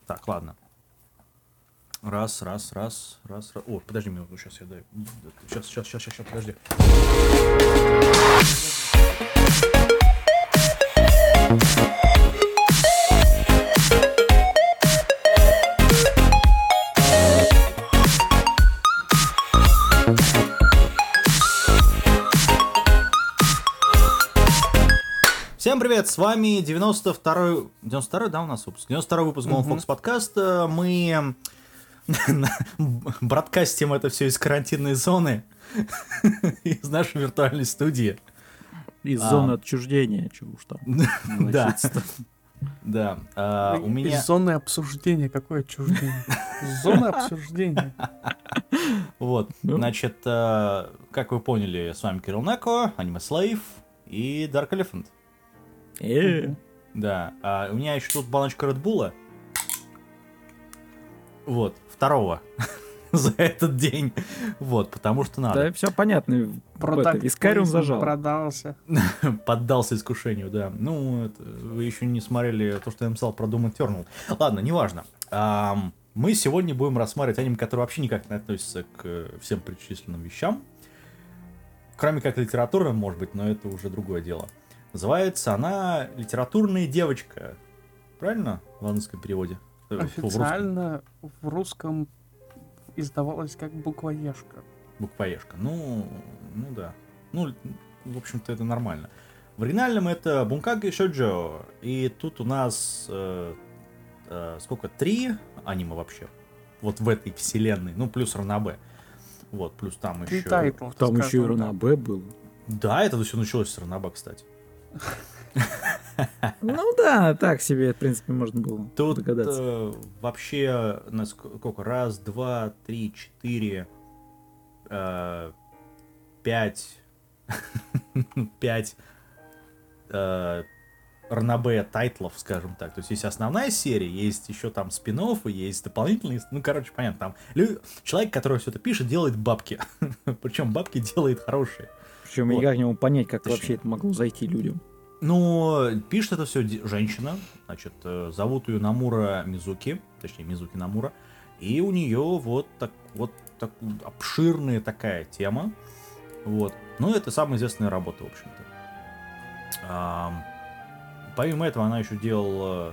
Так, ладно. Раз. О, подожди минуту, сейчас я даю. Сейчас, подожди. Всем привет, с вами 92-й, да, у нас выпуск? 92-й выпуск Moonfox подкаста. Мы бродкастим это все из карантинной зоны, из нашей виртуальной студии. Из зоны отчуждения, чего уж там. Да. У меня... Из зоны обсуждения, какое отчуждение? Зона обсуждения. Вот, значит, как вы поняли, с вами Кирилл Неко, Anime Slave и Dark Elephant. Да, у меня еще тут баночка Red Bull. Вот, второго за этот день. Вот, потому что надо. Да, все понятно. Вискарь он зажал. Продался. Поддался искушению, да. Ну, вы еще не смотрели то, что я написал про Doom Eternal. Ладно, неважно. Мы сегодня будем рассматривать аниме, которое вообще никак не относится к всем перечисленным вещам. Кроме как литературным, может быть, но это уже другое дело. Называется она «Литературная девочка». Правильно в английском переводе? Официально в русском издавалась как буквоежка. Буквоежка. Ну да. Ну, в общем-то, это нормально. В оригинальном это Бункаги Шоджо. И тут у нас сколько? 3 аниме вообще. Вот в этой вселенной. Ну, плюс Ранобэ. Вот, плюс там еще... Тайтл, там еще и Ранобэ был. Да, это все началось с Ранобэ, кстати. Ну да, так себе, в принципе, можно было тут догадаться. Вообще, сколько? 1, 2, 3, 4, 5 ранобэ тайтлов, скажем так. То есть есть основная серия, есть еще там спин-оффы, есть дополнительные. Ну, короче, понятно, там человек, который все это пишет, делает бабки. Причем бабки делает хорошие. Причем я никак не могу понять, как вообще это могло зайти людям. Ну, пишет это все женщина, значит, зовут ее Намура Мизуки, точнее, Мизуки Намура, и у нее вот так обширная такая тема, вот. Ну, это самая известная работа, в общем-то. Помимо этого, она еще делала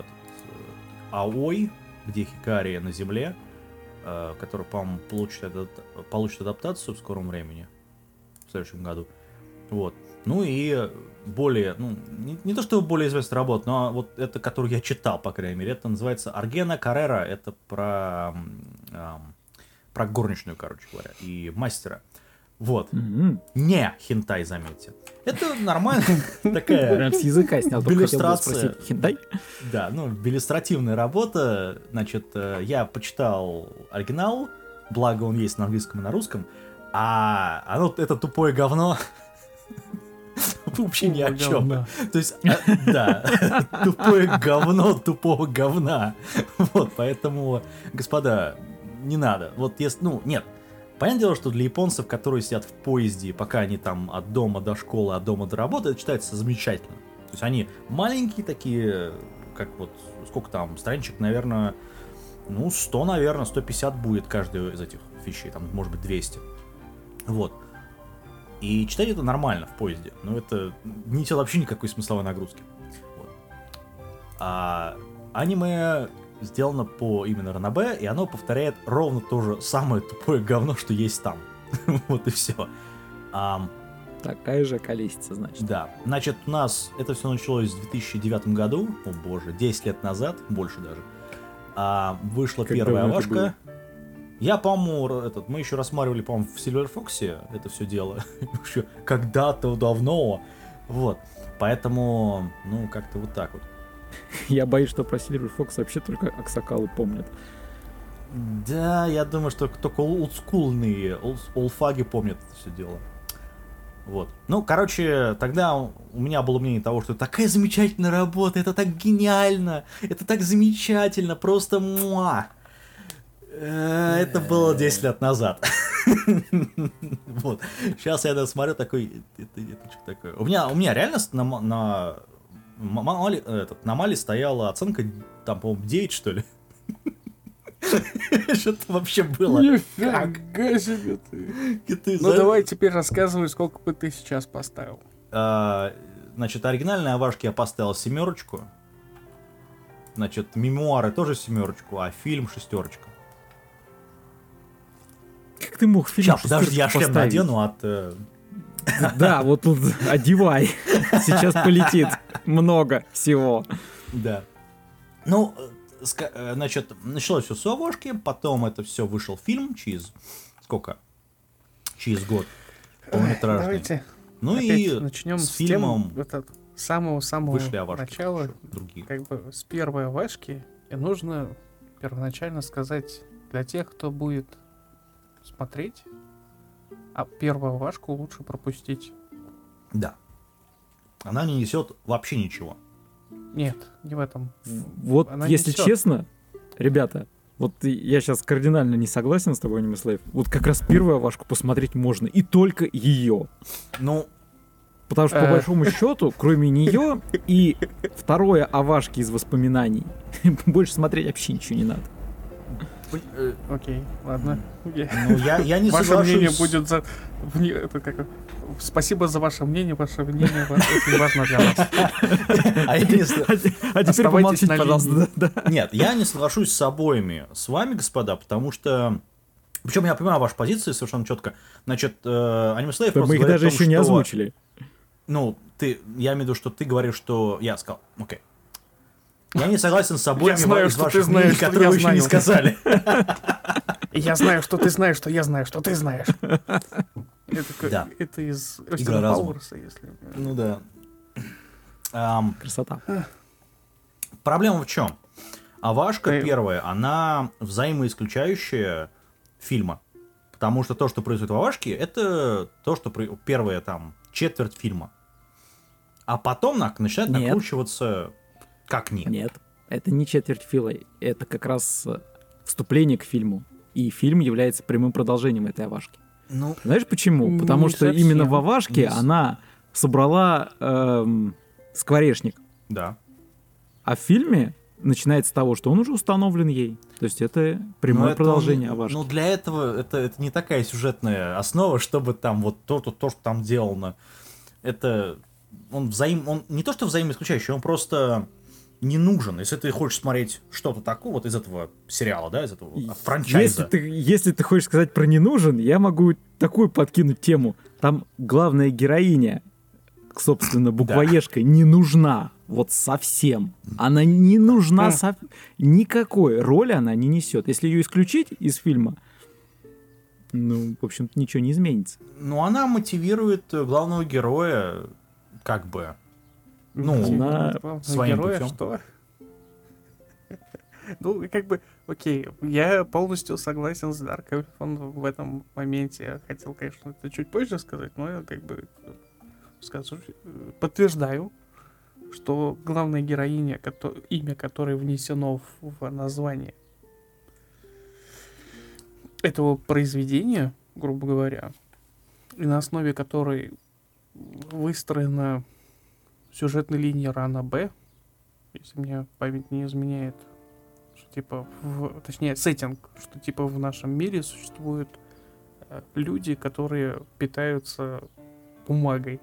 Аой, где Хикари на земле, который, по-моему, получит адаптацию в скором времени, в следующем году, вот. Ну и более, не то чтобы более известная работа, но вот это, которую я читал, по крайней мере, это называется Аргена Каррера, это про горничную, короче говоря, и мастера. Вот. Не хентай, заметьте. Это нормальная такая... Прям с языка снял, только хотел бы спросить, хентай? Да, иллюстративная работа, значит, я почитал оригинал, благо он есть на английском и на русском, а оно, это тупое говно... Вообще ни о чем. То есть, да, тупое говно тупого говна. Вот, поэтому, господа, не надо. Вот если, нет. Понятное дело, что для японцев, которые сидят в поезде, пока они там от дома до школы, от дома до работы, это считается замечательно. То есть они маленькие такие, как вот, сколько там, страничек, наверное, 100, наверное, 150 будет каждый из этих вещей, там, может быть, 200. Вот. И читать это нормально в поезде, но это не несет вообще никакой смысловой нагрузки. Вот. А аниме сделано по именно Ранобэ, и оно повторяет ровно то же самое тупое говно, что есть там. Вот и все. Такая же колесица, значит. Да. Значит, у нас это все началось в 2009 году, о боже, 10 лет назад, больше даже. Вышла первая Авашка. Я, по-моему, мы еще рассматривали, по-моему, в Silver Fox это все дело. Еще когда-то давно. Вот. Поэтому, как-то вот так вот. Я боюсь, что про Silver Fox вообще только аксакалы помнят. Да, я думаю, что только олдскульные, олдфаги помнят это все дело. Вот. Короче, тогда у меня было мнение того, что такая замечательная работа, это так гениально, это так замечательно, просто муа. Это было 10 лет назад. Вот. Сейчас я смотрю такой, это что такое? У меня реально на Мали стояла оценка, там, по-моему, 9, что ли. Что-то вообще было. Нифига себе ты. Ну давай теперь рассказывай, сколько бы ты сейчас поставил. Значит, оригинальные Авашки я поставил 7. Значит, мемуары тоже 7, а фильм 6. Как ты мог фильм Сейчас, подожди, я шлем поставить? надену от... Да, вот тут одевай. Сейчас полетит много всего. Да. Ну, значит, началось все с Авашки, потом это все вышел фильм через... Сколько? Через год. Полнометражный. Давайте Ну опять и начнем с фильмом самого-самого вышли Авашки. начала, Другие. как бы с первой Авашки, и нужно первоначально сказать для тех, кто будет смотреть, а первую Авашку лучше пропустить. Да. Она не несет вообще ничего. Нет, не в этом. Вот, Она если несет. честно, ребята, вот я сейчас кардинально не согласен с тобой, Anime Slave. Вот как раз первую Авашку посмотреть можно, и только ее. Ну, Потому что, по большому счету, кроме нее и второе Авашки из воспоминаний, больше смотреть вообще ничего не надо. Окей, ладно. ну я не Ваше мнение соглашусь. будет за... Это как... Спасибо за ваше мнение очень важно для нас. А я не с- А теперь Оставайтесь помолчите, на пожалуйста. линии. Да. Нет, я не соглашусь с обоими с вами, господа, потому что... Причем я понимаю ваши позиции совершенно четко. Значит, Anime Slave Да просто мы их говорит даже о том, еще не что- озвучили. Ну, я имею в виду, что ты говоришь, что... Я сказал, окей. Я не согласен с обоими Я знаю, из что ваших ты знаешь, мнений, что которые я вы еще не знаю. сказали. И я знаю, что ты знаешь, что я знаю, что ты знаешь. Да. Это из Игра Остина разума. Пауэрса, если... Ну да. Красота. Проблема в чем? Авашка Ты- первая, она взаимоисключающая фильма. Потому что то, что происходит в Авашке, это то, что первая там четверть фильма. А потом начинает Нет. накручиваться... Как нет? Нет, это не четверть фила, это как раз вступление к фильму. И фильм является прямым продолжением этой Авашки. Ну, Знаешь почему? Не Потому что совсем. именно в Авашке она собрала скворечник. да. А в фильме начинается с того, что он уже установлен ей. То есть это Но прямое это продолжение он- Авашки. Ну, для этого это не такая сюжетная основа, чтобы там вот то, что там сделано. Это... Он не то, что взаимоисключающий, он просто не нужен. Если ты хочешь смотреть что-то такое вот из этого сериала, да, из этого франчайза. Если ты хочешь сказать про «не нужен», я могу такую подкинуть тему. Там главная героиня, собственно, буквоежка, не нужна. Вот совсем. Она не нужна. Никакой роли она не несет. Если ее исключить из фильма, ну, в общем-то, ничего не изменится. Ну, она мотивирует главного героя, как бы. Ну, Главного своим героя, путем. что? Ну, как бы, окей, я полностью согласен с Dark Elephant в этом моменте. Я хотел, конечно, это чуть позже сказать, но я как бы скажу, подтверждаю, что главная героиня, имя которой внесено в название этого произведения, грубо говоря, и на основе которой выстроена сюжетная линия Рана Б, если мне память не изменяет, что типа, точнее, сеттинг, что типа в нашем мире существуют люди, которые питаются бумагой.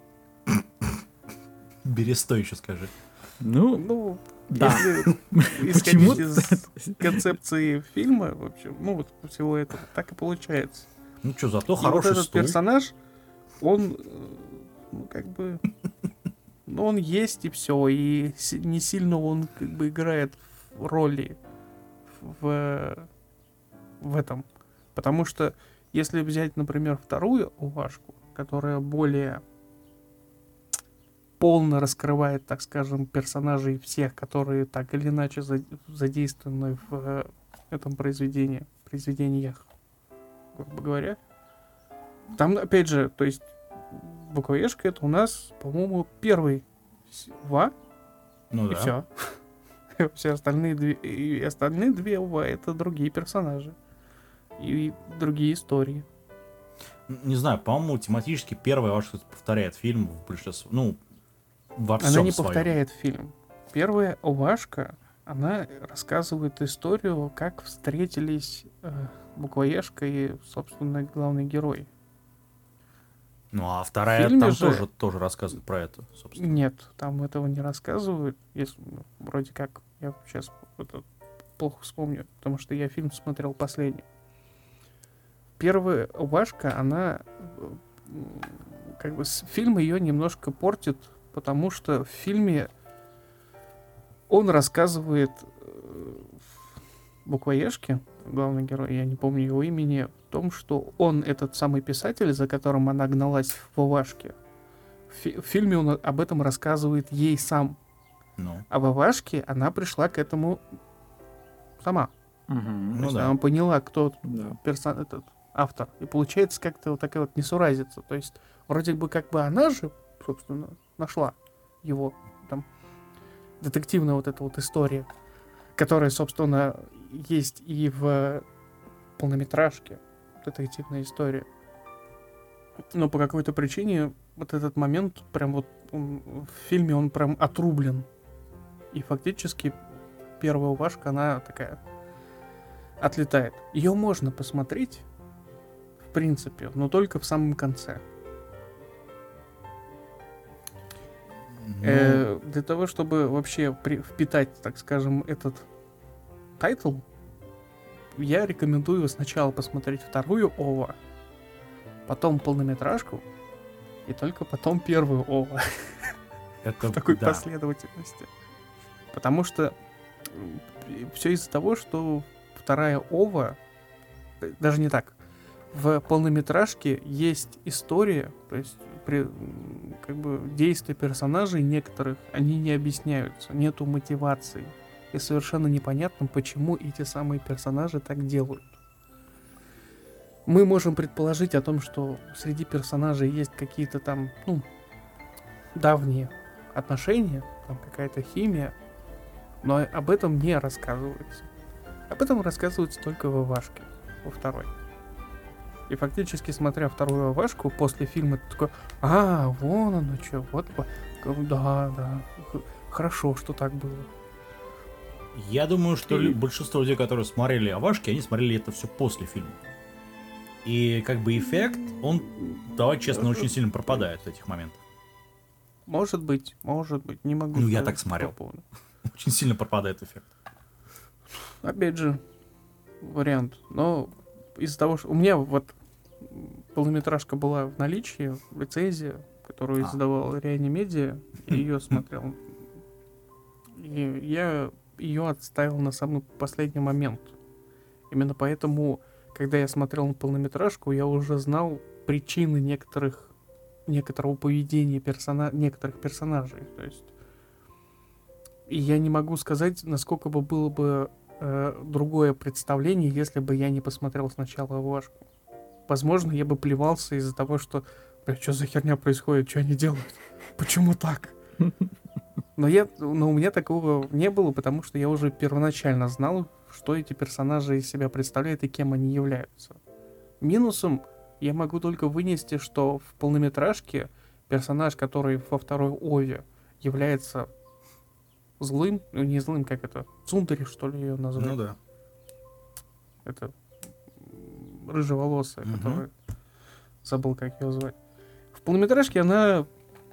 Берестой еще скажи. Ну, Ну, да. если Почему? исходить из концепции фильма, в общем, ну вот всего этого, так и получается. Ну что, зато И вот хороший этот стул. персонаж, он, ну, как бы, ну, он есть и все, и не сильно он, как бы, играет в роли в этом. Потому что, если взять, например, вторую Увашку, которая более полно раскрывает, так скажем, персонажей всех, которые так или иначе задействованы в этом произведениях, грубо говоря. Там, опять же, то есть буквоежка это у нас, по-моему, первый ва, Ну и да. все. Все остальные две ва это другие персонажи. И другие истории. Не знаю, по-моему, тематически первая ваша повторяет фильм в большинстве, ну, во всем Она не своем. повторяет фильм. Первая Овашка она рассказывает историю, как встретились Буквоежка и, собственно, главный герой. Ну, а вторая фильме там же- тоже рассказывает про это, собственно. Нет, там этого не рассказывают. Если, вроде как, я сейчас плохо вспомню, потому что я фильм смотрел последний. Первая Вашка, она как бы фильм ее немножко портит, потому что в фильме он рассказывает Буквоежке, главный герой, я не помню его имени, в том, что он этот самый писатель, за которым она гналась в Вашке. В фильме он об этом рассказывает ей сам. Ну, А в Вашке она пришла к этому сама. То ну есть да. она поняла, кто Да. этот автор. И получается как-то вот такая вот несуразица. То есть вроде бы как бы она же, собственно, нашла его там детективная вот эта вот история, которая, собственно, есть и в полнометражке. Детективная история. Но по какой-то причине вот этот момент прям вот в фильме он прям отрублен. И фактически первая Вашка, она такая отлетает. Ее можно посмотреть, в принципе, но только в самом конце. Ну, Для того, чтобы вообще впитать, так скажем, этот тайтл, я рекомендую сначала посмотреть вторую ОВА, потом полнометражку, и только потом первую ОВА. это В такой да. последовательности. Потому что все из-за того, что вторая ОВА, даже не так, в полнометражке есть история, то есть как бы действия персонажей некоторых, они не объясняются, нету мотивации. И совершенно непонятно, почему эти самые персонажи так делают. Мы можем предположить о том, что среди персонажей есть какие-то там, давние отношения, там какая-то химия, но об этом не рассказывается. Об этом рассказывается только в Вашке, во второй. И фактически, смотря вторую Вашку, после фильма ты такой, вон оно что, да, хорошо, что так было. Я думаю, что И- большинство людей, которые смотрели Авашки, они смотрели это все после фильма. И как бы эффект, он, давай честно, очень сильно пропадает в этих моментах. Может быть, не могу Ну, я сказать так смотрел. по поводу. Очень сильно пропадает эффект. Опять же, вариант. Но из-за того, что у меня вот полнометражка была в наличии, лицензия, которую издавал Реанимедиа, я ее смотрел. И я ее отставил на самый последний момент. Именно поэтому, когда я смотрел на полнометражку, я уже знал причины некоторого поведения некоторых персонажей. То есть, и я не могу сказать, насколько бы было бы другое представление, если бы я не посмотрел сначала Вашку. Возможно, я бы плевался из-за того, что что за херня происходит, что они делают, почему так? Но у меня такого не было, потому что я уже первоначально знал, что эти персонажи из себя представляют и кем они являются. Минусом я могу только вынести, что в полнометражке персонаж, который во второй Ове является злым, не злым, как это, Цундари, что ли, ее назвать? Ну да. Это рыжеволосая, Мгм. которая... Забыл, как ее звать. В полнометражке она,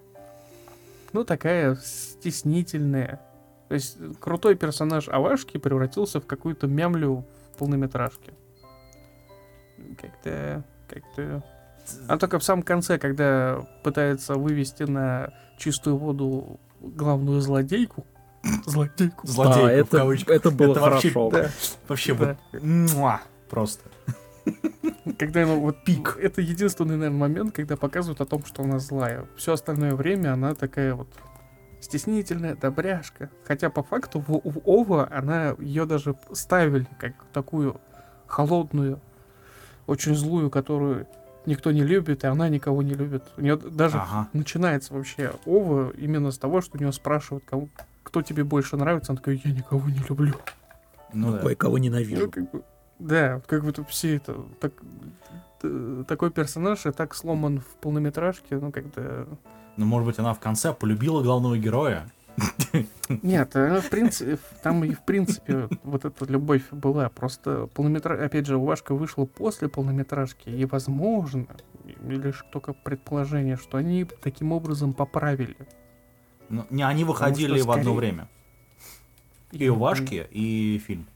такая стеснительная. То есть крутой персонаж Авашки превратился в какую-то мямлю в полнометражке. Как-то... А только в самом конце, когда пытается вывести на чистую воду главную злодейку. Злодейку. Злодейку, в Да, кавычках. это было Это вообще- хорошо. Да. Вообще Да. вот муа, просто. Когда она вот пик. Это единственный, наверное, момент, когда показывают о том, что она злая. Все остальное время она такая вот стеснительная, добряшка. Хотя по факту в Ова она ее даже ставили как такую холодную, очень злую, которую никто не любит, и она никого не любит. У нее даже Ага. начинается вообще Ова именно с того, что у нее спрашивают, кто тебе больше нравится. Она такая, я никого не люблю. Ну да. Кое-кого ненавижу. Ну, как бы, да, как будто все это такой персонаж и так сломан в полнометражке, как-то... Ну, может быть, она в конце полюбила главного героя Нет, в принципе, там и в принципе вот эта любовь была. Просто полнометраж, опять же, Уважка вышла после полнометражки, и возможно, лишь только предположение, что они таким образом поправили. Ну, не, они выходили в одно время. И Уважки, и фильм.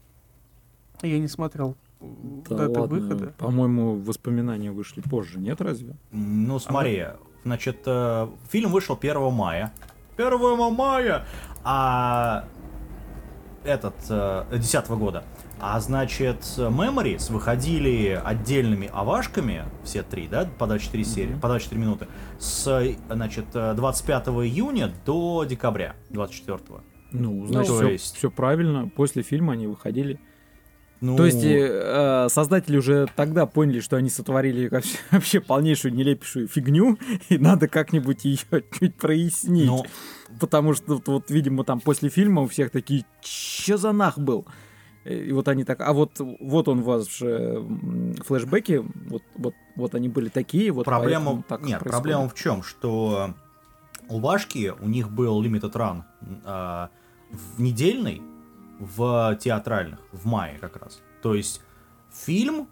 Я не смотрел Да даты ладно, выхода. по-моему, воспоминания вышли позже, нет разве? Ну, смотри, значит, фильм вышел 1 мая. 1 мая! А этот, 10 года. А значит, Memories выходили отдельными овашками, все три, да, по 24 серии, по 24 минуты, с, значит, 25 июня до декабря 24. Ну, значит, то все, есть- правильно. После фильма они выходили. Ну, То есть создатели уже тогда поняли, что они сотворили вообще полнейшую нелепейшую фигню, и надо как-нибудь ее чуть прояснить. ну, Потому что вот, видимо, там после фильма у всех такие, чё за нах был? И вот они так, а вот он у вас же флешбеки, вот они были такие, вот проблема, поэтому так нет, происходит. проблема в чем, что у Вашки у них был limited run в недельный, в театральных, в мае как раз. То есть фильм,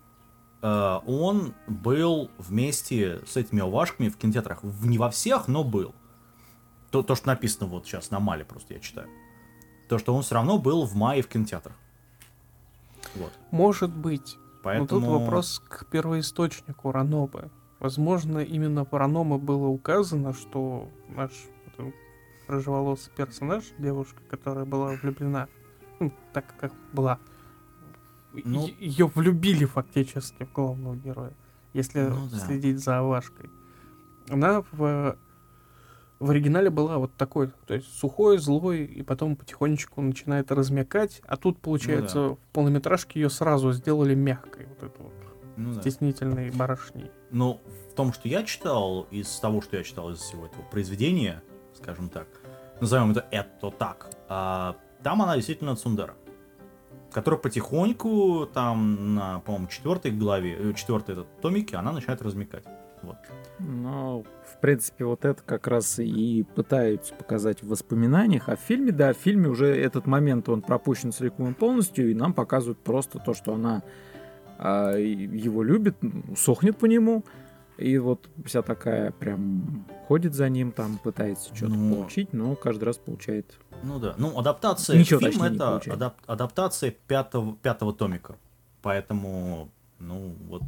он был вместе с этими Увашками в кинотеатрах. Не во всех, но был. То, что написано вот сейчас на Мале, просто я читаю. То, что он все равно был в мае в кинотеатрах. Вот. Может быть. Поэтому... Но тут вопрос к первоисточнику Ранобе. Возможно, именно в Ранобе было указано, что наш рыжеволосый персонаж, девушка, которая была влюблена, так как была, Ну- ее влюбили фактически в главного героя, если Ну да. следить за Авашкой. Она в оригинале была вот такой, то есть сухой, злой, и потом потихонечку начинает размякать, а тут, получается, Ну в полнометражке ее сразу сделали мягкой, вот это вот, Ну да. стеснительной барышней. Ну, в том, что я читал, из того, что я читал из всего этого произведения, скажем так, назовем это так, там она действительно цундера, которая потихоньку, там, на, по-моему, 4 главе, 4 этот томике, она начинает размекать. Вот. Ну, в принципе, вот это как раз и пытаются показать в воспоминаниях. А в фильме, да, в фильме уже этот момент, он пропущен целиком и полностью, и нам показывают просто то, что она его любит, сохнет по нему, и вот вся такая прям ходит за ним, там пытается что-то Ну. получить, но каждый раз получает. Ну да. Ну, адаптация Ничего, фильма точнее, не это получает. адаптация пятого томика. Поэтому, ну, вот.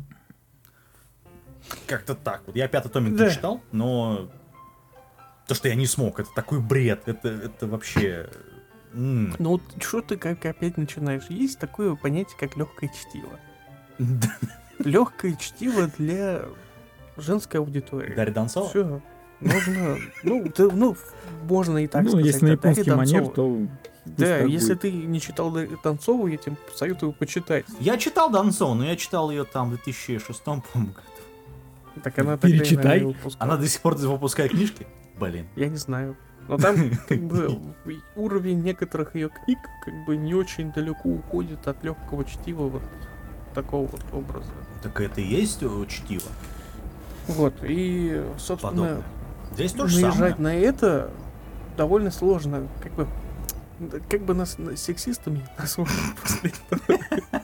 Как-то так. Вот я 5 томик Да. не читал, но то, что я не смог, это такой бред. Это вообще. Ну вот что ты как опять начинаешь? Есть такое понятие, как легкое чтиво. Легкое чтиво для женской аудитории. Дарья Донцова? Все. Нужно, можно и так ну, сказать. если на да, Дарья японский манер, Донцова. то Да, так если будет. ты не читал Дарью Донцову, я тебе советую почитать. Я читал Донцову, но я читал ее там в 2006, по-моему, году. Так она тогда и, Перечитай. наверное, выпускала. Она до сих пор выпускает книжки? Блин. Я не знаю. Но там как бы уровень некоторых ее книг как бы не очень далеко уходит от легкого чтива вот такого вот образа. Так это и есть чтиво. Вот, и, собственно, Подобное. Здесь то же наезжать самое. на это довольно сложно. Как бы нас сексистами не назвали после этого.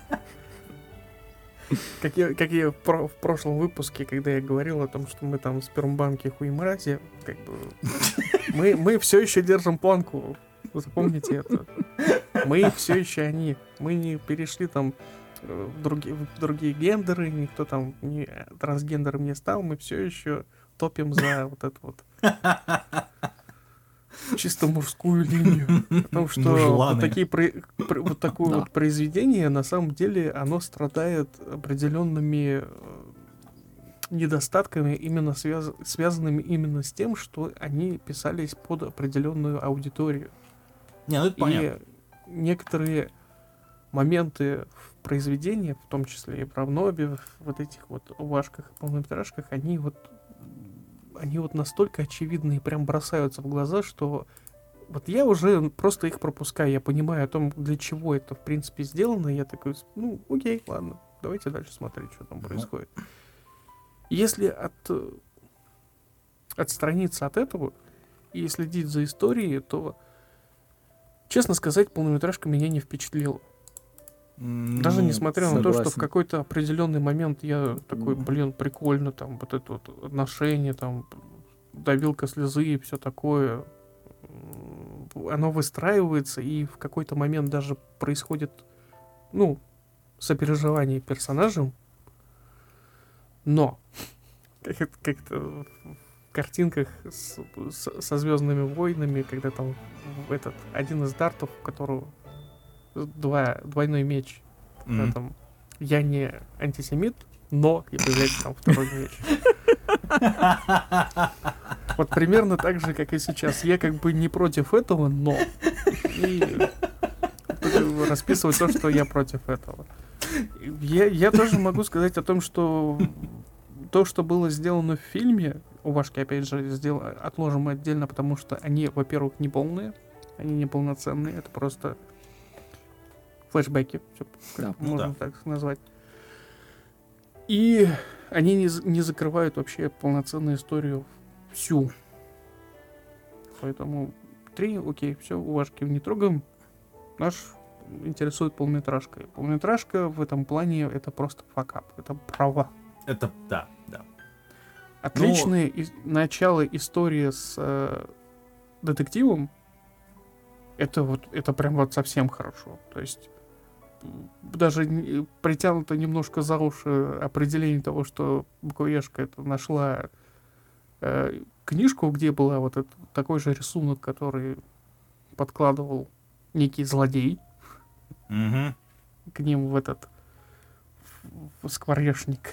Как я в прошлом выпуске, когда я говорил о том, что мы там в спермбанке хуемрази, как бы мы все еще держим планку. Вы запомните это. Мы все еще они. Мы не перешли там в другие гендеры, никто там трансгендером не стал, мы все еще топим за вот эту вот чисто мужскую линию. Потому что вот, вот такое вот произведение, на самом деле, оно страдает определенными недостатками, именно связанными именно с тем, что они писались под определенную аудиторию. Не, ну это понятно. И некоторые моменты в произведении, в том числе и в Равнобе, в вот этих вот уважках и полнометражках, они вот настолько очевидны и прям бросаются в глаза, что вот я уже просто их пропускаю, я понимаю о том, для чего это в принципе сделано, и я такой, ну окей, ладно, давайте дальше смотреть, что там происходит. Если отстраниться от этого и следить за историей, то, честно сказать, полнометражка меня не впечатлила. Даже несмотря на то, что в согласен. какой-то определенный момент я такой, прикольно, там, вот это вот отношение, там, давилка слезы и все такое. Оно выстраивается, и в какой-то момент даже происходит, сопереживание персонажам. Но, как-то в картинках со Звездными войнами, когда там один из дартов, у которого двойной меч, когда там я не антисемит, но и появляется там второй меч. Вот примерно так же, как и сейчас. Я как бы не против этого, но и расписывать то, что я против этого. Я тоже могу сказать о том, что то, что было сделано в фильме, уважки, опять же, отложим отдельно, потому что они, во-первых, не полные, они не полноценные, это просто флешбеки, Да. можно так назвать. И они не закрывают вообще полноценную историю всю. Поэтому 3, окей, все, уважки не трогаем. Наш интересует полнометражка. И полнометражка в этом плане это просто факап, это права. Это, да. Отличное начало истории с детективом. Это прям вот совсем хорошо. То есть даже притянуто немножко за уши определение того, что буквоежка это нашла книжку, где была вот такой же рисунок, который подкладывал некий злодей к ним в скворечник.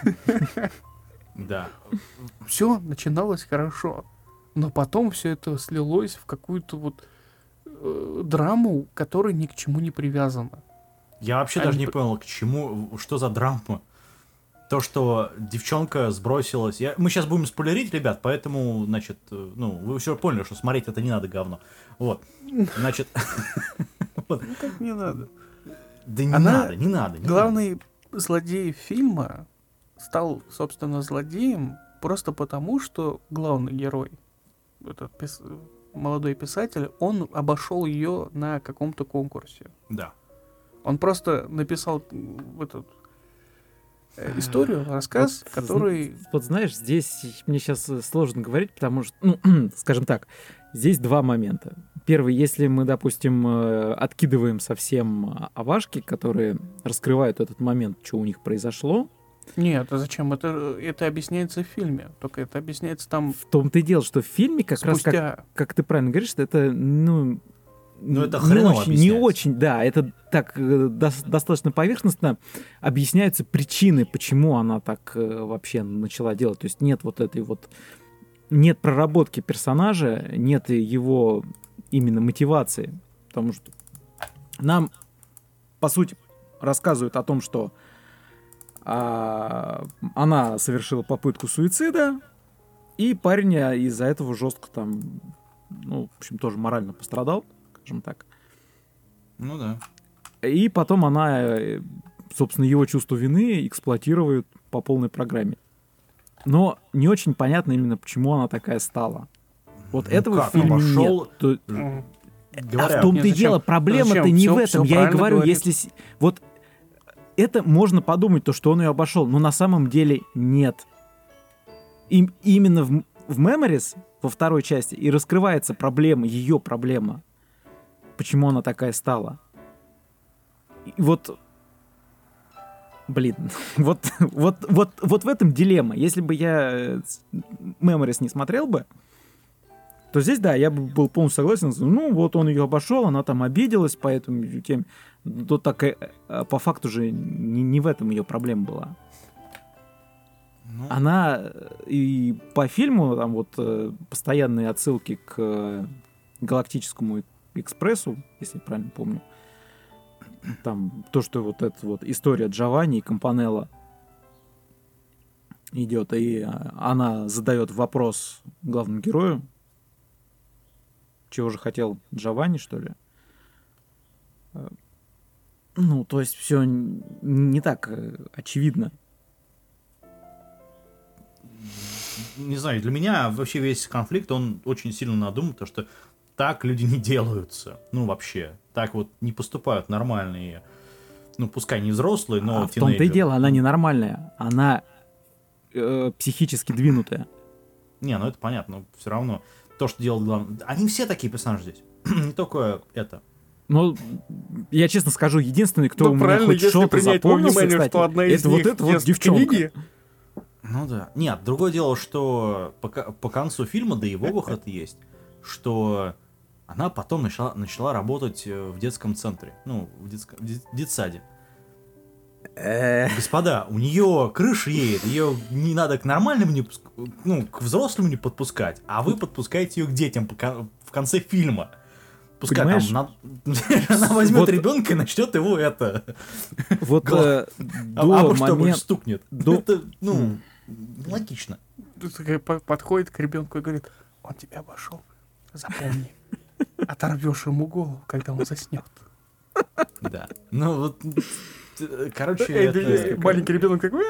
Да. Все начиналось хорошо, но потом все это слилось в какую-то вот драму, которая ни к чему не привязана. Я вообще даже не понял, к чему, что за драма. То, что девчонка сбросилась... Мы сейчас будем спойлерить, ребят, поэтому, значит, вы все поняли, что смотреть это не надо, говно. Вот, значит... Как не надо? Да не надо. Главный злодей фильма стал, собственно, злодеем просто потому, что главный герой, этот молодой писатель, он обошел ее на каком-то конкурсе. Да. Он просто написал историю, рассказ, который... Вот знаешь, здесь мне сейчас сложно говорить, потому что, скажем так, здесь два момента. Первый, если мы, допустим, откидываем совсем овашки, которые раскрывают этот момент, что у них произошло. Нет, а зачем? Это объясняется в фильме. Только это объясняется там... В том-то и дело, что в фильме как спустя... раз, как ты правильно говоришь, что это, это хреново не очень, да, это так достаточно поверхностно объясняются причины, почему она так вообще начала делать. То есть нет вот этой вот... Нет проработки персонажа, нет его именно мотивации. Потому что нам, по сути, рассказывают о том, что она совершила попытку суицида, и парень из-за этого жестко там, в общем, тоже морально пострадал, скажем так. Ну да. И потом она, собственно, его чувство вины эксплуатирует по полной программе. Но не очень понятно именно, почему она такая стала. Вот этого в фильме нет. В том-то и дело, проблема-то не в этом. Я и говорю, если... Вот это можно подумать, то, что он ее обошел, но на самом деле нет. И именно в Memories, во второй части, и раскрывается проблема, ее проблема. Почему она такая стала. И вот... Блин, вот в этом дилемма. Если бы я Memories не смотрел бы, то здесь, да, я бы был полностью согласен. Вот он ее обошел, она там обиделась по этому теме. То так по факту же не в этом ее проблема была. Она и по фильму там вот постоянные отсылки к Галактическому экспрессу, если я правильно помню. Там то, что вот эта вот история Джованни и Кампанелла идет, и она задает вопрос главному герою, чего же хотел Джованни, что ли? То есть все не так очевидно. не знаю, для меня вообще весь конфликт, он очень сильно надуман, потому что так люди не делаются. Ну, вообще. Так вот не поступают нормальные, ну, пускай не взрослые, но в том-то и тинейджеры. дело, она ненормальная. Она психически двинутая. Не, ну это понятно, но все равно то, что делал главный... Они все такие персонажи здесь. Не только это. Ну, я честно скажу, единственный, кто Ну, у меня правильно, хоть если что-то принять во запомнился, внимание, кстати, что одна из это вот них эта вот ест девчонка. книги. Ну да. Нет, другое дело, что по концу фильма, да и в обух это есть, что она потом начала работать в детском центре, ну, в детсаде. Господа, у нее крыша едет, ее не надо к нормальному, ну, к взрослому не подпускать, а вы подпускаете ее к детям в конце фильма. Пускай Понимаешь? там она возьмет Вот- ребенка и начнет его это... Вот Гла- до а что, момента... стукнет. до- Это, ну, логично. Тут такая подходит к ребенку и говорит: он тебя обошел. Запомни. Оторвешь ему голову, когда он заснет. Да. Ну вот, короче, это... Маленький ребенок такой: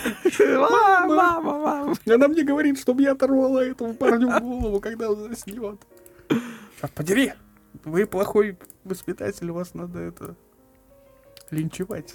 мама. Она мне говорит, чтобы я оторвала этому парню голову, когда он заснет. Черт подери! Вы плохой воспитатель, вас надо это линчевать.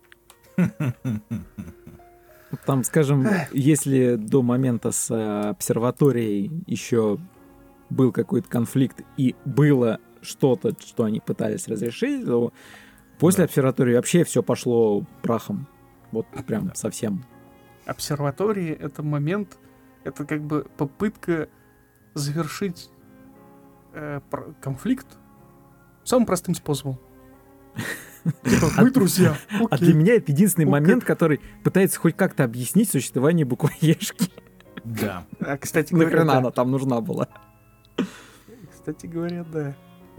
Там, скажем, если до момента с обсерваторией еще был какой-то конфликт и было что-то, что они пытались разрешить, то после Да. обсерватории вообще все пошло прахом. Вот прям совсем. Обсерватории — это момент, это как бы попытка завершить конфликт самым простым способом. Типа, мы друзья. А окей. для меня это единственный Окей. момент, который пытается хоть как-то объяснить существование буквоежки. Да. А, кстати говоря, Нахрена да. она там нужна была? Кстати говоря, да.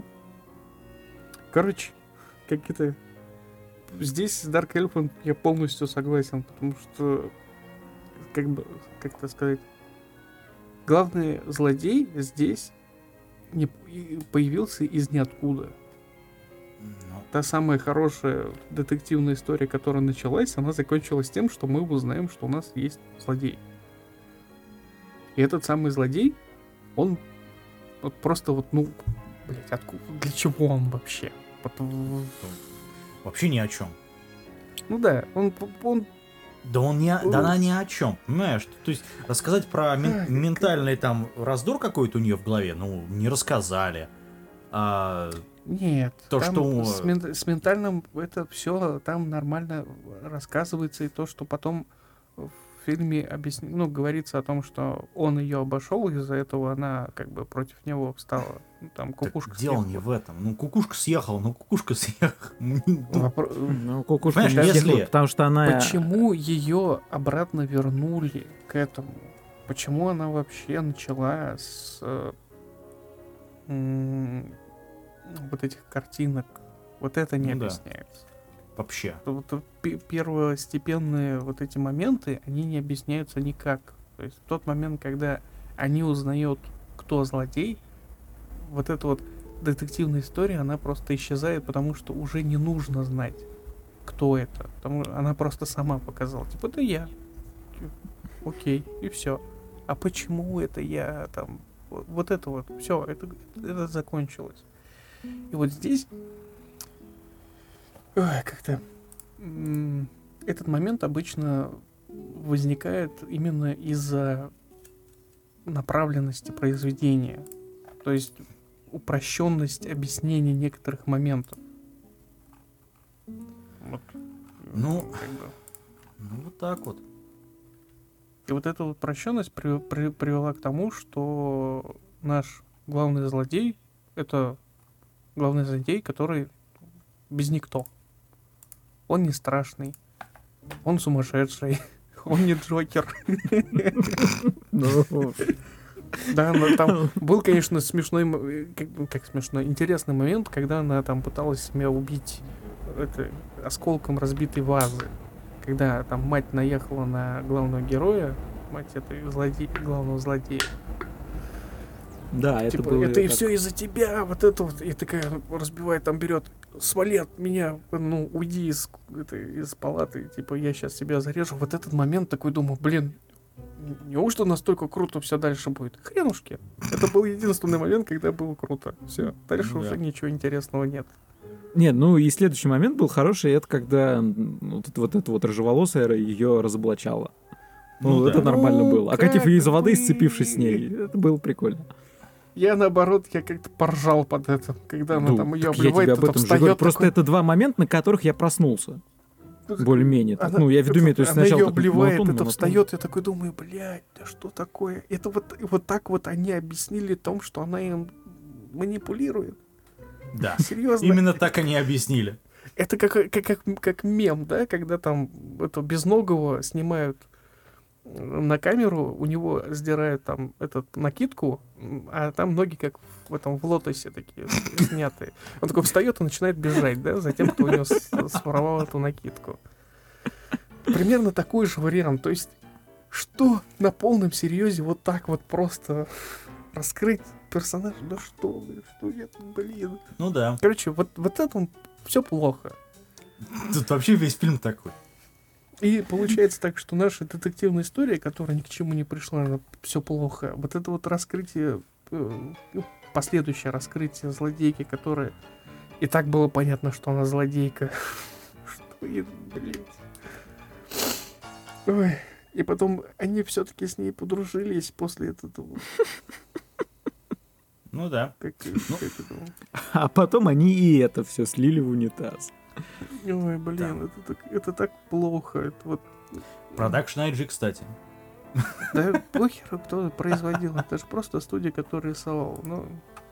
Короче, как это... Здесь с Dark Elephant я полностью согласен, потому что, как бы, как это сказать, главный злодей здесь появился из ниоткуда. Ну, Та самая хорошая детективная история, которая началась, она закончилась тем, что мы узнаем, что у нас есть злодей. И этот самый злодей, он вот просто вот, ну, блять, откуда, для чего он вообще? Вот вообще ни о чем. ну да, он Да она ни о чем, понимаешь? То есть рассказать про ментальный там раздор какой-то у нее в голове, ну, не рассказали. А, нет, То, там что- с ментальным это все там нормально рассказывается, и то, что потом в фильме ну, говорится о том, что он ее обошел, из-за этого она как бы против него встала. Ну, там так кукушка дело не в этом. Ну, кукушка съехала. Ну, Ну, кукушка Понимаешь, не если- съехала, потому что она... Почему ее обратно вернули к этому? Почему она вообще начала с вот этих картинок? Вот это не Ну да. объясняется. вообще. Вот первостепенные вот эти моменты, они не объясняются никак. То есть в тот момент, когда они узнают, кто злодей, вот эта вот детективная история, она просто исчезает, потому что уже не нужно знать, кто это. Потому что она просто сама показала. Типа, это я. Окей, и все. А почему это я там? Вот это вот, все, это закончилось. И вот здесь как-то этот момент обычно возникает именно из-за направленности произведения. То есть упрощенность объяснения некоторых моментов. Вот. Ну, Как бы. ну вот так вот. И вот эта вот упрощенность привела к тому, что наш главный злодей — это главный злодей, который без никто. Он не страшный, он сумасшедший, он не Джокер. Ну, Да, но там был, конечно, смешной, как смешной, интересный момент, когда она там пыталась себя убить осколком разбитой вазы. Когда там мать наехала на главного героя, мать этой главного злодея. да, это Типа, было... это и как- все из-за тебя, вот это вот. И такая разбивает, там берет, свали от меня, ну, уйди из палаты, типа, я сейчас себя зарежу. Вот этот момент такой, думаю, блин, неужто настолько круто все дальше будет? Хренушки. Это был единственный момент, когда было круто. Все, дальше Ну уже да. ничего интересного нет. Нет, ну и следующий момент был хороший, это когда вот эта вот рыжеволосая ее разоблачала. Ну, да. это нормально Ну, было. Окатив ее из воды, вы- сцепившись с ней, это было прикольно. Я наоборот, я как-то поржал под это, когда она Ну, там ее так я тебе обливает, об потом этом же говорю. встает Просто такой, это два момента, на которых я проснулся. Более-менее. так. она- Ну, я в виду, то есть она сначала ее такой обливает, монотон, это монотон. встает, я такой думаю, блядь, да что такое? Это вот так вот они объяснили том, что она им манипулирует. Да. Серьезно. Именно так они объяснили. Это как мем, да, когда там это безногого снимают на камеру, у него сдирают там этот накидку, а там ноги как в этом в лотосе такие снятые. Он такой встает и начинает бежать, да, за тем, кто у него своровал эту накидку. Примерно такой же вариант. То есть, что на полном серьезе вот так вот просто раскрыть персонажа? Да что это, блин. Ну да. Короче, вот это все плохо. Тут вообще весь фильм такой. И получается так, что наша детективная история, которая ни к чему не пришла, все плохо. Вот это вот раскрытие, последующее раскрытие злодейки, которая и так было понятно, что она злодейка. Что это, блядь. Ой. И потом они все-таки с ней подружились после этого. Ну да. Как это? А потом они и это все слили в унитаз. Ой, блин, это так плохо. Это вот. Production IG, кстати. Да похер, кто производил. Это же просто студия, которая рисовала. Ну,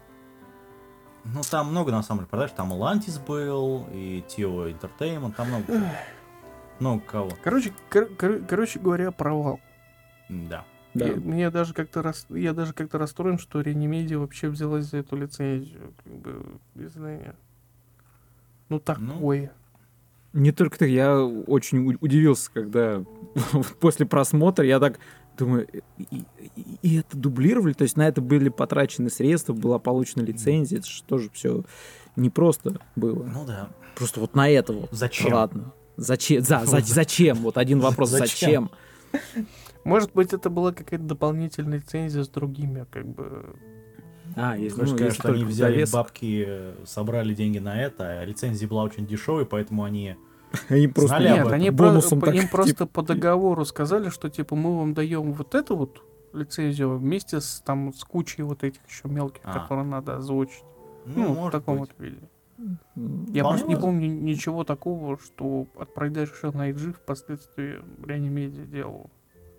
Ну там много на самом деле продаж. Там Atlantis был, и Tio Entertainment, там много. Много кого. короче говоря, провал. Да. Да. Я даже как-то расстроен, что Реанимедиа вообще взялась за эту лицензию. Как бы, без знания. Ну, такое. Не только так, я очень удивился, когда после просмотра я так думаю, и это дублировали, то есть на это были потрачены средства, была получена лицензия, это же тоже все непросто было. Ну да. Просто вот на это вот. Зачем? Ладно. Зачем? Зачем? Вот один вопрос. Зачем? Зачем? Может быть, это была какая-то дополнительная лицензия с другими, как бы. Если, Хочешь сказать, если что они только взяли довес, бабки, собрали деньги на это, а лицензия была очень дешевой, поэтому они... им просто знали об Нет, этом. они бонусом так, им типа, просто по договору сказали, что типа мы вам даем вот эту вот лицензию вместе с там с кучей вот этих еще мелких, которые надо озвучить. Ну, в может таком быть. вот виде. м, Я Вполне просто не возможно. помню ничего такого, что от продажи на IG впоследствии Реанимедиа делал.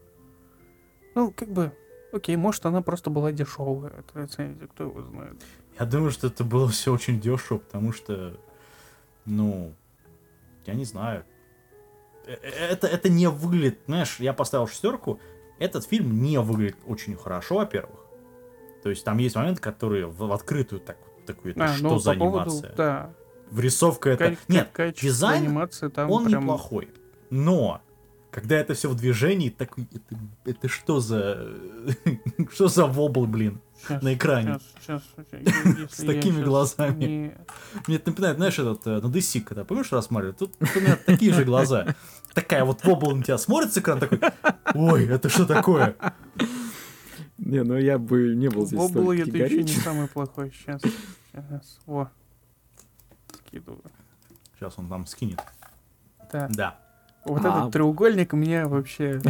Ну, как бы, окей, может она просто была дешевая, эта лицензия, кто его знает. Я думаю, что это было все очень дешево, потому что, ну, я не знаю. Это не выглядит, знаешь, я поставил 6, этот фильм не выглядит очень хорошо, во-первых. То есть там есть моменты, которые в открытую такую, это что ну, за по поводу, анимация? да, Врисовка это... Нет, качество дизайн, анимации там он прям... неплохой. Но, когда это все в движении, такой, это что за... что за вобл, блин, на экране? Сейчас, С такими глазами. Мне это напоминает, знаешь, этот на DC, когда, помнишь, рассматривали? Тут у меня такие же глаза. Такая вот вобл на тебя смотрит с экрана, такой, ой, это что такое? Не, ну я бы не был здесь Вобл столь это еще не категоричен. самый плохой. Сейчас. Во. Скидываю. Сейчас он там скинет. Да. Да. Вот А. этот треугольник мне вообще...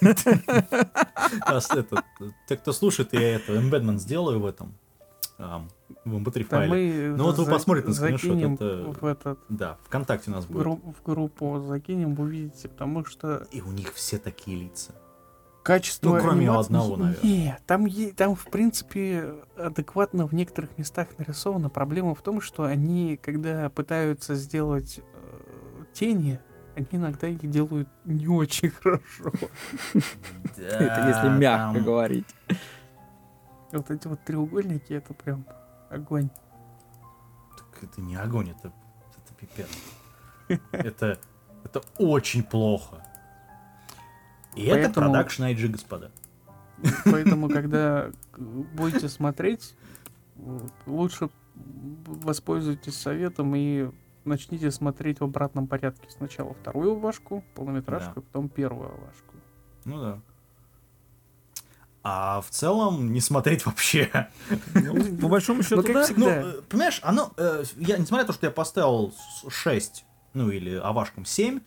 Те, кто слушает, я это эмбедмент сделаю в этом, в MP3 Да файле. мы Ну вот вы посмотрите на скриншот, закинем это- в этот Да, ВКонтакте у нас будет. в группу закинем, вы увидите, потому что И у них все такие лица. качество Ну, кроме анимации- одного, наверное. Не, там в принципе адекватно в некоторых местах нарисовано. Проблема в том, что они, когда пытаются сделать тени, они иногда их делают не очень хорошо. Это если мягко говорить. Вот эти вот треугольники, это прям огонь. Так это не огонь, это пипец. Это очень плохо. И это Поэтому- Production IG, господа. Поэтому, когда будете смотреть, лучше воспользуйтесь советом и начните смотреть в обратном порядке. Сначала вторую вашку, полнометражку, Да. потом первую вашку. Ну да. А в целом не смотреть вообще. Ну, по большому счету, как да. всегда. Ну, понимаешь, оно, я, несмотря на то, что я поставил 6, ну или овашкам 7,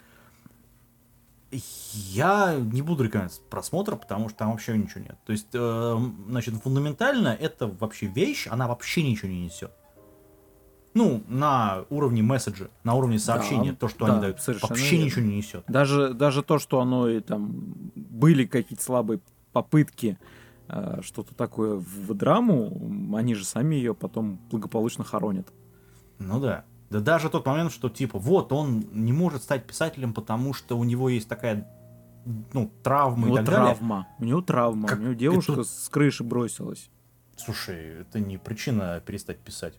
я не буду рекомендовать просмотр, потому что там вообще ничего нет. То есть, значит, фундаментально это вообще вещь, она вообще ничего не несет. Ну, на уровне месседжа, на уровне сообщения, Да, то, что да, они дают, совершенно вообще верно. ничего не несет. Даже то, что оно и там были какие-то слабые попытки что-то такое в драму, они же сами ее потом благополучно хоронят. Ну да. Да даже тот момент, что типа, вот, он не может стать писателем, потому что у него есть такая, ну, травма и так далее. У него травма, Как у него девушка это- с крыши бросилась. Слушай, это не причина перестать писать.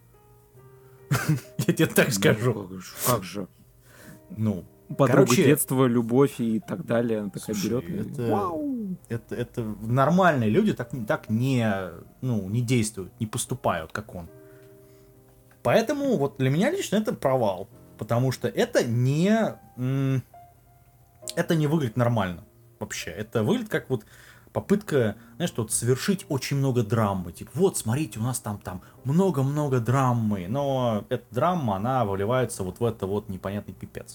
Я тебе так скажу. Как же? Ну, Подруга короче, детства, любовь и так далее. Она такая слушай, берет. и это- вау! это нормальные люди так не действуют, не поступают, как он. Поэтому вот для меня лично это провал. Потому что это не выглядит нормально вообще. Это выглядит как вот попытка, знаешь, вот совершить очень много драмы. Типа, вот, смотрите, у нас там много-много драмы. Но эта драма, она выливается вот в это вот непонятный пипец.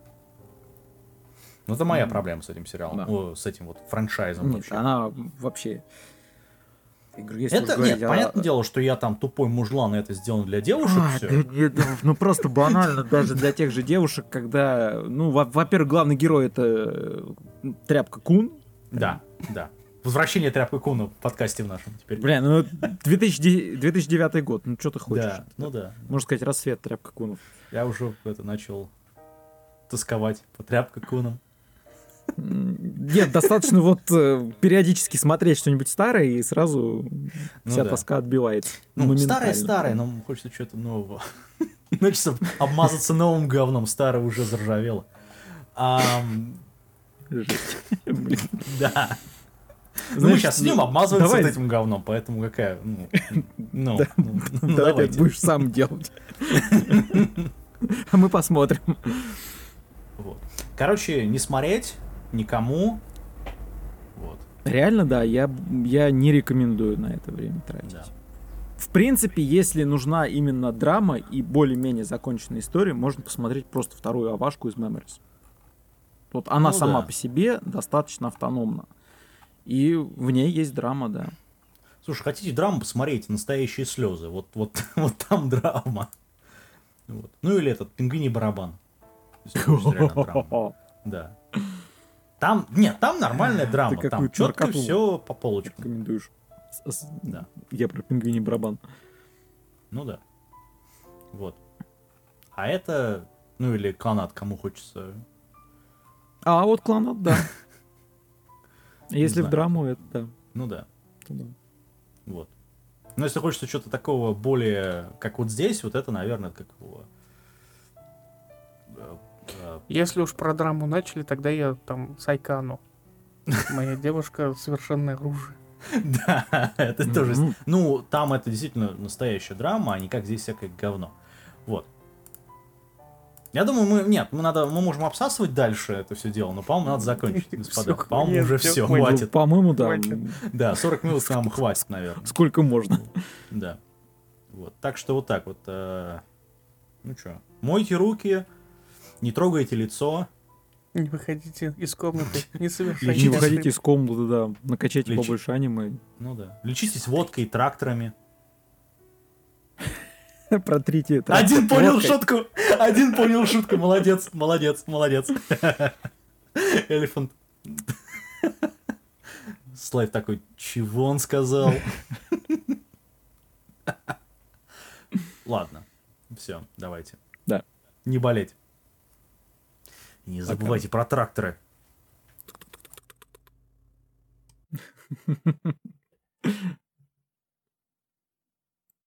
Ну, это моя проблема с этим сериалом. Да. О, с этим вот франчайзом Нет, вообще. она вообще... Я говорю, если уж Это, говорить нет, о- понятное дело, что я там тупой мужлан, и это сделано для девушек, все. Ну просто банально даже для тех же девушек, когда, ну, во-первых, главный герой это Тряпка Кун. Да, да. Возвращение Тряпка Куна в подкасте в нашем теперь. Бля, ну 2009 год, ну что ты хочешь? Да, ну да. Можно сказать, рассвет Тряпка Кунов. Я уже начал тосковать по Тряпка Кунам. Нет, достаточно вот периодически смотреть что-нибудь старое, и сразу вся да. тоска отбивается. Ну, моментально. старое, но хочется чего-то нового. Хочется обмазаться новым говном, старое уже заржавело. Жесть. Блин. Да. Ну, мы Знаешь, сейчас с ним обмазываемся давай- вот этим говном, поэтому какая... Ну, Да. ну, Давай давайте. ты будешь сам делать. А мы посмотрим. Вот. Короче, не смотреть никому. Вот, Реально, да, я не рекомендую на это время тратить. да. В принципе, если нужна именно драма и более-менее законченная история, можно посмотреть просто вторую овашку из Memories. Вот она Ну сама да. по себе достаточно автономна. И в ней есть драма, да. Слушай, хотите драму, посмотрите, настоящие слезы. Вот там драма. Вот. Ну или этот «Пингвиний барабан». Если хочешь реально драму. Да. Там нормальная драма. Ты Там какую четко наркоту все по полочкам. Рекомендуешь. Да. Я про пингвиний барабан. Ну да. Вот. А это, ну или «Кланат», кому хочется. А вот Кланат, да. Если в знаю. драму, это да. Ну да. то да. Вот. Но если хочется что-то такого более, как вот здесь, вот это, наверное, как его... Если уж про драму начали, тогда я там Сайкану. Моя девушка совершенное оружие. Да, это тоже... Мгм. Ну, там это действительно настоящая драма, а не как здесь всякое говно. Вот. Я думаю, мы можем обсасывать дальше это все дело, но, по-моему, надо закончить, господа. Всё, По-моему, нет, уже всё, все, хватит. хватит. По-моему, да. Хватит. Да, 40 минут нам хватит, наверное. Сколько можно. Да. Вот. Так что вот так вот. Ну что, мойте руки, не трогайте лицо. Не выходите из комнаты, не Не совершайте выходите ошибок. из комнаты, да. Накачайте Лечи- побольше аниме. Ну да. Лечитесь водкой и тракторами. Протрите это. Один понял водкой. шутку. Один понял шутку. Молодец, молодец, молодец. Элефант. Слайв такой, чего он сказал? Ладно. Все, давайте. Да. Не болеть. И не забывайте про тракторы.